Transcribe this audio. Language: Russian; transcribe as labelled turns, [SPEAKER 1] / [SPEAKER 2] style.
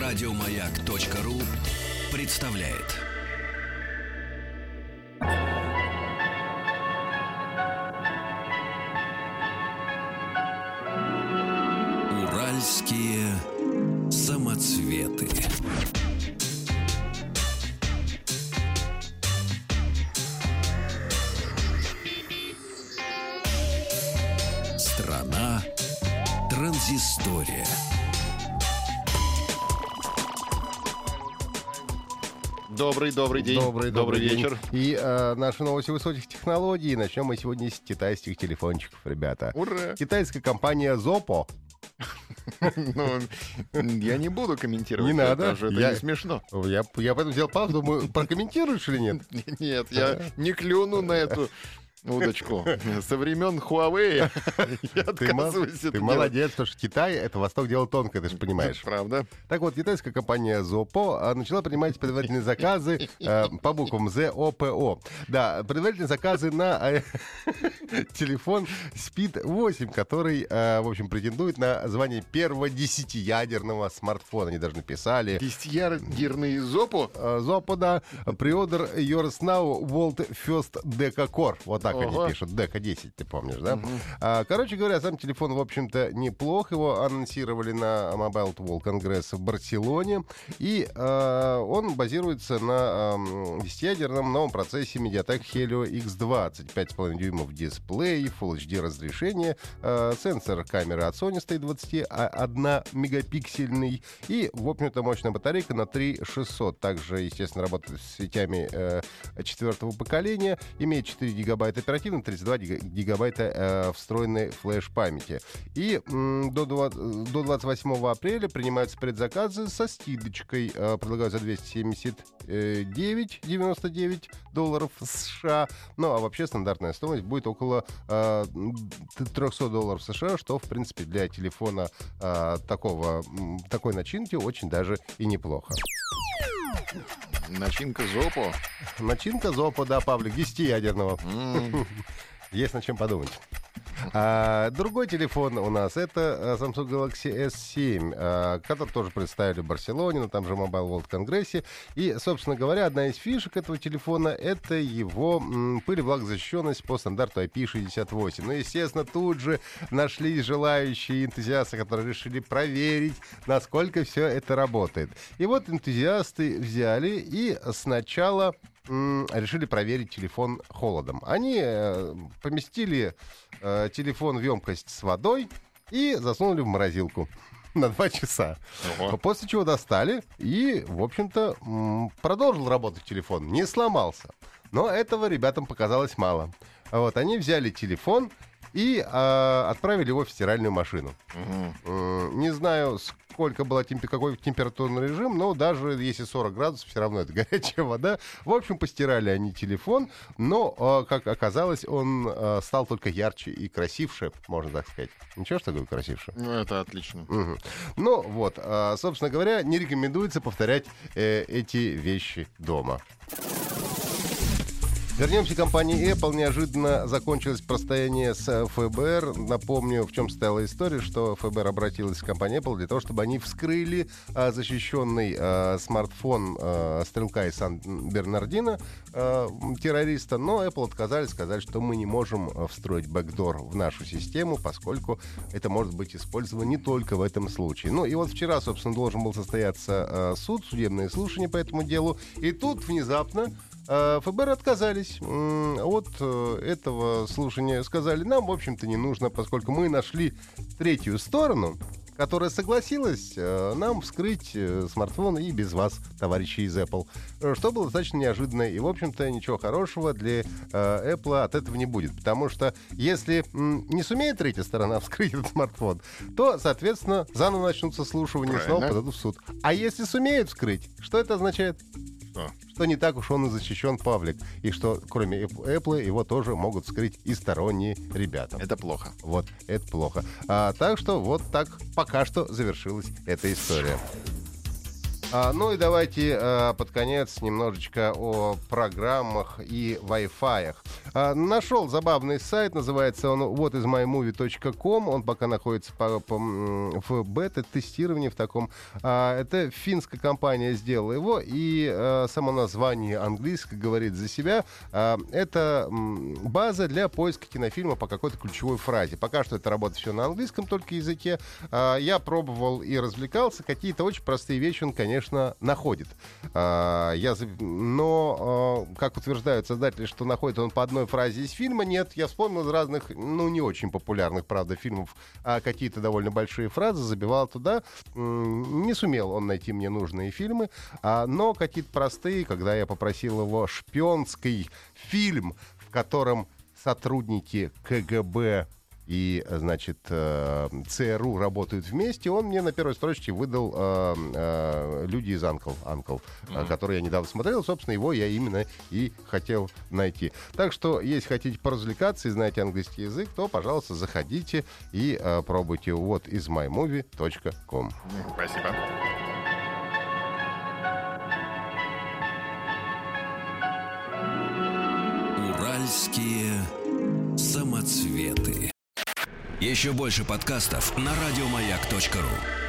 [SPEAKER 1] Радиомаяк.ру представляет. Уральские самоцветы. Страна транзистория.
[SPEAKER 2] Добрый день. Добрый вечер.
[SPEAKER 3] И наши новости высоких технологий. Начнем мы сегодня с китайских телефончиков, ребята.
[SPEAKER 2] Ура!
[SPEAKER 3] Китайская компания Zoppo.
[SPEAKER 2] Ну, я не буду комментировать.
[SPEAKER 3] Не надо.
[SPEAKER 2] Это не смешно.
[SPEAKER 3] Я поэтому взял паузу, думаю, прокомментируешь или нет?
[SPEAKER 2] Нет, я не клюну на эту удочку. Со времен Huawei я отказываюсь это
[SPEAKER 3] Ты молодец, потому что Китай — это Восток дело тонкое, ты же понимаешь.
[SPEAKER 2] Правда.
[SPEAKER 3] Так вот, китайская компания Zoppo начала принимать предварительные заказы по буквам ZOPO. Да, предварительные заказы на телефон Speed 8, который, в общем, претендует на звание первого 10-ядерного смартфона. Они даже написали.
[SPEAKER 2] 10-ядерный Zoppo?
[SPEAKER 3] Zoppo, да. Pre-order yours now, World First Deca Core. Вот так они пишут. Deca 10, ты помнишь, да? Короче говоря, сам телефон, в общем-то, неплох. Его анонсировали на Mobile World Congress в Барселоне. И он базируется на 10-ядерном новом процессе MediaTek Helio X20. 5,5 дюймов дисплей, Full HD разрешение, сенсор камеры от Sony стоит 21-мегапиксельный. И, в общем-то, мощная батарейка на 3600. Также, естественно, работает с сетями 4-го поколения. Имеет 4 гигабайта оперативной, 32 гигабайта встроенной флеш-памяти. И до 28 апреля принимаются предзаказы со скидочкой. Предлагают за $279.99 США. Ну, а вообще стандартная стоимость будет около $300 США, что, в принципе, для телефона такой начинки очень даже и неплохо.
[SPEAKER 2] Начинка Zoppo.
[SPEAKER 3] Начинка Zoppo, да, Павлик, 10-ядерного. Есть над чем подумать. Другой телефон у нас — это Samsung Galaxy S7, который тоже представили в Барселоне, на там же Mobile World Congress. И, собственно говоря, одна из фишек этого телефона — это его пылевлагозащищенность по стандарту IP68. Ну, естественно, тут же нашлись желающие энтузиасты, которые решили проверить, насколько все это работает. И вот энтузиасты взяли и сначала решили проверить телефон холодом. Они поместили телефон в емкость с водой и засунули в морозилку на 2 часа. После чего достали и, в общем-то, продолжил работать телефон. Не сломался. Но этого ребятам показалось мало. Вот, они взяли телефон и отправили его в стиральную машину. Не знаю, сколько была какой температурный режим, но даже если 40 градусов, все равно это горячая вода. В общем, постирали они телефон, но, как оказалось, он стал только ярче и красивше, можно так сказать. Ничего, что такое красивше?
[SPEAKER 2] Ну, это отлично.
[SPEAKER 3] Ну, вот, собственно говоря, не рекомендуется повторять эти вещи дома. Вернемся к компании Apple. Неожиданно закончилось противостояние с ФБР. Напомню, в чем стояла история, что ФБР обратилась к компании Apple для того, чтобы они вскрыли защищенный смартфон стрелка из Сан-Бернардино, террориста. Но Apple отказались, сказали, что мы не можем встроить бэкдор в нашу систему, поскольку это может быть использовано не только в этом случае. Ну и вот вчера, собственно, должен был состояться судебное слушание по этому делу. И тут внезапно ФБР отказались от этого слушания. Сказали, нам, в общем-то, не нужно, поскольку мы нашли третью сторону, которая согласилась нам вскрыть смартфон и без вас, товарищи из Apple. Что было достаточно неожиданно. И, в общем-то, ничего хорошего для Apple от этого не будет. Потому что если не сумеет третья сторона вскрыть этот смартфон, то, соответственно, заново начнутся слушания, снова подадут в суд. А если сумеют вскрыть, что это означает? Что не так уж он и защищен, Павлик. И что, кроме Apple, его тоже могут вскрыть и сторонние ребята.
[SPEAKER 2] Это плохо.
[SPEAKER 3] Вот, это плохо. Так что вот так пока что завершилась эта история. Ну и давайте под конец немножечко о программах и Wi-Fi. Нашел забавный сайт, называется он whatismymovie.com. Он пока находится в бета-тестировании в таком. Это финская компания сделала его, и само название английское говорит за себя. Это база для поиска кинофильма по какой-то ключевой фразе. Пока что это работает все на английском только языке. Я пробовал и развлекался. Какие-то очень простые вещи он, конечно, находит. Но, как утверждают создатели, что находит он по одной фразе из фильма, нет. Я вспомнил из разных, не очень популярных, правда, фильмов какие-то довольно большие фразы, забивал туда. Не сумел он найти мне нужные фильмы, но какие-то простые, когда я попросил его шпионский фильм, в котором сотрудники КГБ и, значит, ЦРУ работают вместе, он мне на первой строчке выдал «Люди из Анкл», который я недавно смотрел. Собственно, его я именно и хотел найти. Так что, если хотите поразвлекаться и знаете английский язык, то, пожалуйста, заходите и пробуйте whatismymovie.com.
[SPEAKER 2] Спасибо.
[SPEAKER 1] Уральские самоцветы. Еще больше подкастов на радиомаяк.ру.